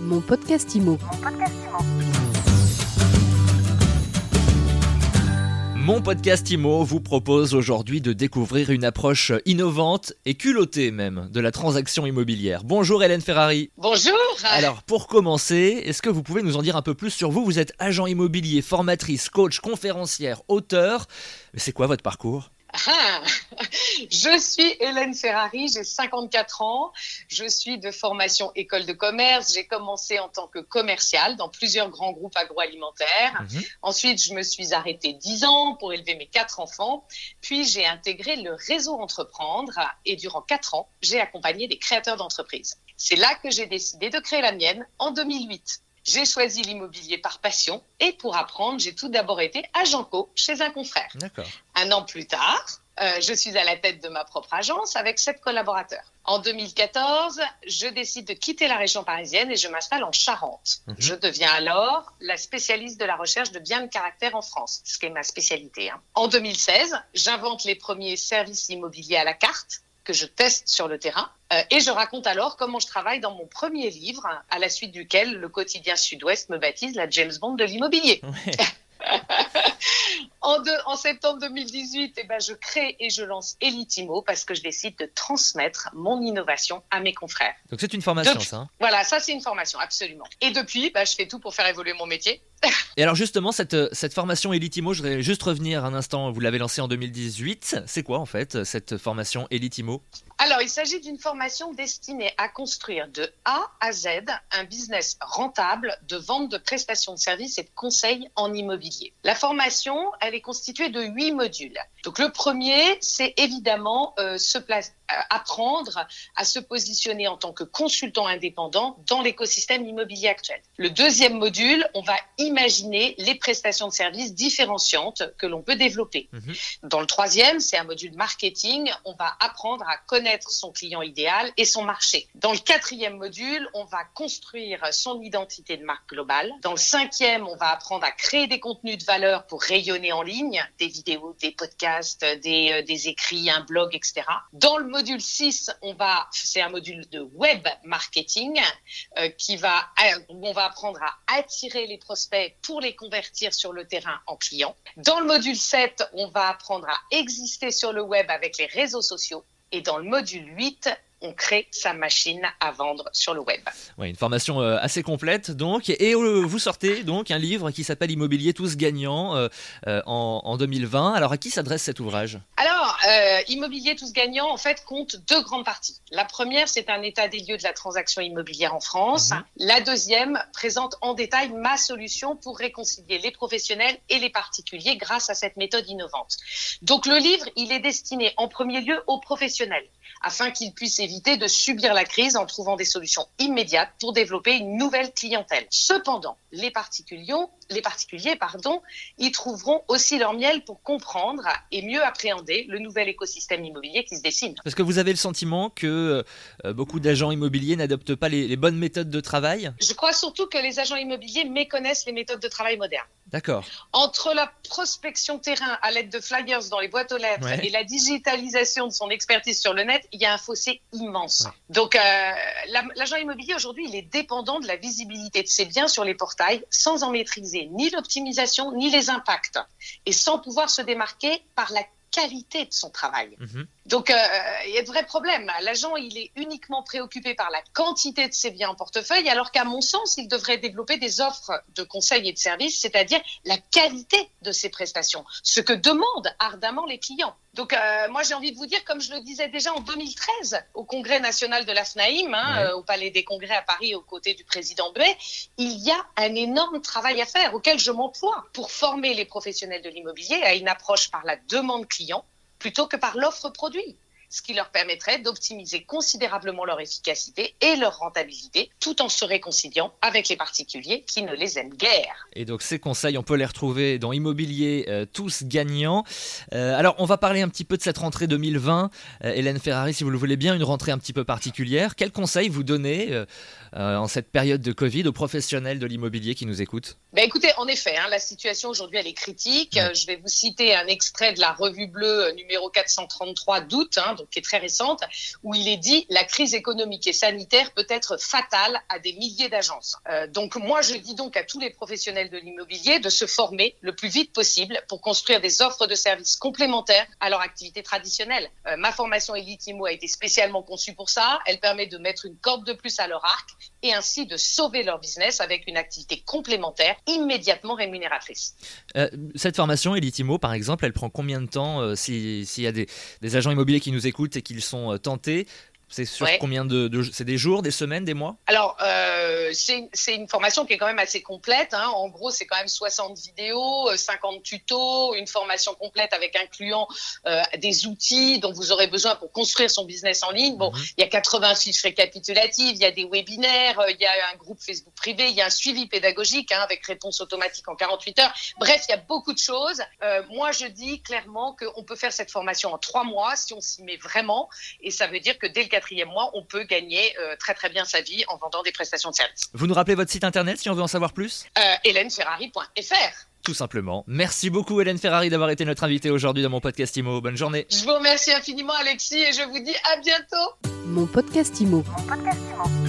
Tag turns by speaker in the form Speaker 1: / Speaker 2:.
Speaker 1: Mon podcast IMO.
Speaker 2: Mon podcast IMO vous propose aujourd'hui de découvrir une approche innovante et culottée même de la transaction immobilière. Bonjour Hélène Ferrari.
Speaker 3: Bonjour.
Speaker 2: Alors pour commencer, est-ce que vous pouvez nous en dire un peu plus sur vous ? Vous êtes agent immobilier, formatrice, coach, conférencière, auteur. C'est quoi votre parcours ?
Speaker 3: Je suis Hélène Ferrari, j'ai 54 ans, je suis de formation école de commerce, j'ai commencé en tant que commerciale dans plusieurs grands groupes agroalimentaires. Ensuite, je me suis arrêtée 10 ans pour élever mes 4 enfants, puis j'ai intégré le réseau Entreprendre et durant 4 ans, j'ai accompagné des créateurs d'entreprises. C'est là que j'ai décidé de créer la mienne en 2008. J'ai choisi l'immobilier par passion et pour apprendre, j'ai tout d'abord été agent co chez un confrère.
Speaker 2: D'accord.
Speaker 3: 1 an plus tard, je suis à la tête de ma propre agence avec 7 collaborateurs. En 2014, je décide de quitter la région parisienne et je m'installe en Charente. Je deviens alors la spécialiste de la recherche de biens de caractère en France, ce qui est ma spécialité. En 2016, j'invente les premiers services immobiliers à la carte que je teste sur le terrain. Et je raconte alors comment je travaille dans mon premier livre, à la suite duquel le quotidien Sud-Ouest me baptise la James Bond de l'immobilier. Ouais. En septembre 2018, je crée et je lance Elitimo parce que je décide de transmettre mon innovation à mes confrères.
Speaker 2: Donc c'est une formation, ça.
Speaker 3: Voilà, ça c'est une formation, absolument. Et depuis, je fais tout pour faire évoluer mon métier.
Speaker 2: Et alors justement, cette formation Elitimo, je voudrais juste revenir un instant, vous l'avez lancée en 2018. C'est quoi en fait cette formation Elitimo ?
Speaker 3: Alors, il s'agit d'une formation destinée à construire de A à Z un business rentable de vente de prestations de services et de conseils en immobilier. La formation, elle est constituée de 8 modules. Donc, le premier, c'est évidemment apprendre à se positionner en tant que consultant indépendant dans l'écosystème immobilier actuel. Le deuxième module, on va imaginer les prestations de services différenciantes que l'on peut développer. Dans le troisième, c'est un module marketing. On va apprendre à connaître son client idéal et son marché. Dans le quatrième module, on va construire son identité de marque globale. Dans le cinquième, on va apprendre à créer des contenus de valeur pour rayonner en ligne, des vidéos, des podcasts, des écrits, un blog, etc. Dans le module 6, c'est un module de web marketing où on va apprendre à attirer les prospects pour les convertir sur le terrain en clients. Dans le module 7, on va apprendre à exister sur le web avec les réseaux sociaux. Et dans le module 8, on crée sa machine à vendre sur le web.
Speaker 2: Oui, une formation assez complète donc. Et vous sortez donc un livre qui s'appelle Immobilier tous gagnants en 2020. Alors à qui s'adresse cet ouvrage ?
Speaker 3: Alors, Immobilier tous gagnants en fait compte 2 grandes parties. La première, c'est un état des lieux de la transaction immobilière en France. La deuxième présente en détail ma solution pour réconcilier les professionnels et les particuliers grâce à cette méthode innovante. Donc le livre, il est destiné en premier lieu aux professionnels afin qu'ils puissent éviter de subir la crise en trouvant des solutions immédiates pour développer une nouvelle clientèle. Cependant, les particuliers, y trouveront aussi leur miel pour comprendre et mieux appréhender le nouvel écosystème immobilier qui se dessine.
Speaker 2: Parce que vous avez le sentiment que beaucoup d'agents immobiliers n'adoptent pas les bonnes méthodes de travail ?
Speaker 3: Je crois surtout que les agents immobiliers méconnaissent les méthodes de travail modernes.
Speaker 2: D'accord.
Speaker 3: Entre la prospection terrain à l'aide de flyers dans les boîtes aux lettres et la digitalisation de son expertise sur le net, il y a un fossé immense. Ouais. Donc, l'agent immobilier aujourd'hui, il est dépendant de la visibilité de ses biens sur les portails sans en maîtriser ni l'optimisation ni les impacts et sans pouvoir se démarquer par la qualité de son travail. Donc, il y a de vrais problèmes. L'agent, il est uniquement préoccupé par la quantité de ses biens en portefeuille, alors qu'à mon sens, il devrait développer des offres de conseils et de services, c'est-à-dire la qualité de ses prestations, ce que demandent ardemment les clients. Donc, moi, j'ai envie de vous dire, comme je le disais déjà en 2013, au Congrès national de la FNAIM, au Palais des Congrès à Paris, aux côtés du président Buet, il y a un énorme travail à faire auquel je m'emploie pour former les professionnels de l'immobilier à une approche par la demande client plutôt que par l'offre produit, ce qui leur permettrait d'optimiser considérablement leur efficacité et leur rentabilité, tout en se réconciliant avec les particuliers qui ne les aiment guère.
Speaker 2: Et donc ces conseils, on peut les retrouver dans Immobilier tous gagnants. Alors on va parler un petit peu de cette rentrée 2020. Hélène Ferrari, si vous le voulez bien, une rentrée un petit peu particulière. Quels conseils vous donnez en cette période de Covid aux professionnels de l'immobilier qui nous écoutent ?
Speaker 3: Écoutez, en effet, la situation aujourd'hui, elle est critique. Je vais vous citer un extrait de la Revue Bleue numéro 433 d'août, donc donc qui est très récente, où il est dit la crise économique et sanitaire peut être fatale à des milliers d'agences. Donc moi, je dis donc à tous les professionnels de l'immobilier de se former le plus vite possible pour construire des offres de services complémentaires à leur activité traditionnelle. Ma formation Elite Immo a été spécialement conçue pour ça. Elle permet de mettre une corde de plus à leur arc et ainsi de sauver leur business avec une activité complémentaire immédiatement rémunératrice.
Speaker 2: Cette formation Elite Immo, par exemple, elle prend combien de temps s'il y a des agents immobiliers qui nous écoutent et qui sont tentés? C'est sur combien c'est des jours, des semaines, des mois?
Speaker 3: Alors, c'est une formation qui est quand même assez complète. En gros, c'est quand même 60 vidéos, 50 tutos, une formation complète avec incluant des outils dont vous aurez besoin pour construire son business en ligne. Bon, il y a 80 fiches récapitulatives, il y a des webinaires, il y a un groupe Facebook privé, il y a un suivi pédagogique avec réponse automatique en 48 heures. Bref, il y a beaucoup de choses. Moi, je dis clairement qu'on peut faire cette formation en 3 mois si on s'y met vraiment. Et ça veut dire que dès le 4e mois, on peut gagner très très bien sa vie en vendant des prestations de services.
Speaker 2: Vous nous rappelez votre site internet si on veut en savoir plus?
Speaker 3: heleneferrari.fr.
Speaker 2: Tout simplement. Merci beaucoup Hélène Ferrari d'avoir été notre invitée aujourd'hui dans mon podcast Immo. Bonne journée.
Speaker 3: Je vous remercie infiniment Alexis et je vous dis à bientôt.
Speaker 1: Mon podcast Immo.